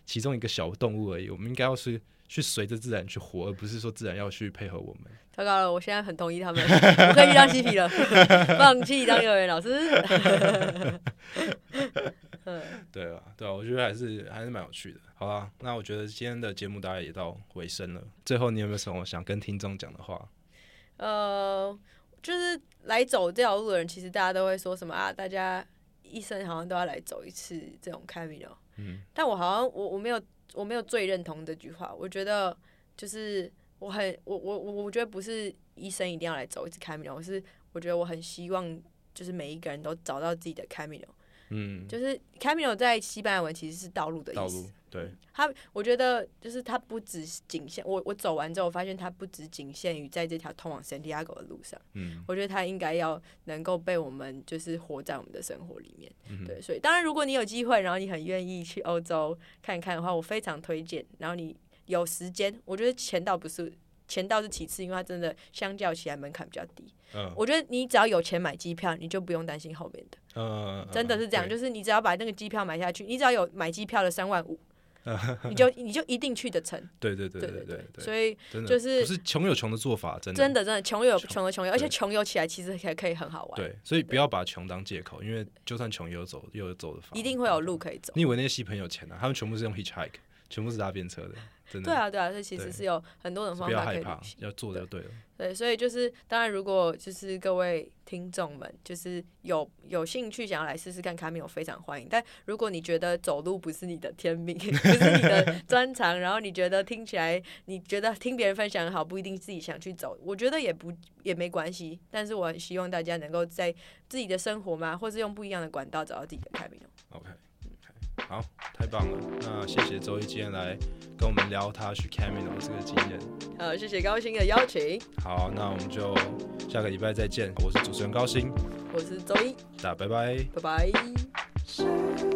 其中一个小动物而已，我们应该要是去随着自然去活，而不是说自然要去配合我们。 糟糕了，我现在很同意他们，我可以去当嬉皮了，放弃当幼儿园老师。 对啊，我觉得还是蛮有趣的。好啦，那我觉得今天的节目大概也到尾声了。最后你有没有什么想跟听众讲的话？ 就是来走这条路的人，其实大家都会说什么啊？大家一生好像都要来走一次这种 Camino。但我好像我没有最认同这句话。我觉得就是我觉得不是一生一定要来走一次 Camino， 我觉得我很希望就是每一个人都找到自己的 Camino。就是 Camino 在西班牙文其实是道路的意思。 对， 我觉得就是它不只仅限我走完之后，我发现它不只仅限于在这条通往圣地亚哥的路上。我觉得它应该要能够被我们就是活在我们的生活里面。对，所以当然如果你有机会，然后你很愿意去欧洲看一看的话，我非常推荐。然后你有时间，我觉得钱倒是其次，因为它真的相较起来门槛比较低。我觉得你只要有钱买机票，你就不用担心后面的。真的是这样，就是你只要把那个机票买下去，你只要有买机票的35000，你就一定去得成。对，所以就是不是穷有穷的做法，真的穷有穷的穷有，而且穷有起来其实还可以很好玩。 对，所以不要把穷当借口，因为就算穷也有走的法， 一定会有路可以走。 你以为那些西朋友钱啊？他们全部是用 hitchhike， 全部是搭便车的。 对啊，所以其实是有很多种方法可以旅行。不要害怕，要做的就对了。 对，所以就是当然，如果就是各位听众们就是有兴趣想要来试试看Camino，非常欢迎。但如果你觉得走路不是你的天命，不是你的专长，然后你觉得听起来，你觉得听别人分享好，不一定自己想去走，我觉得也没关系。但是我很希望大家能够在自己的生活嘛，或是用不一样的管道找到自己的Camino。 好，太棒了！那谢谢周一今天来跟我们聊他去 Camino 这个经验。 谢谢高薪的邀请。 好，那我们就下个礼拜再见。我是主持人高薪， 我是周一， 大家拜拜， 拜拜。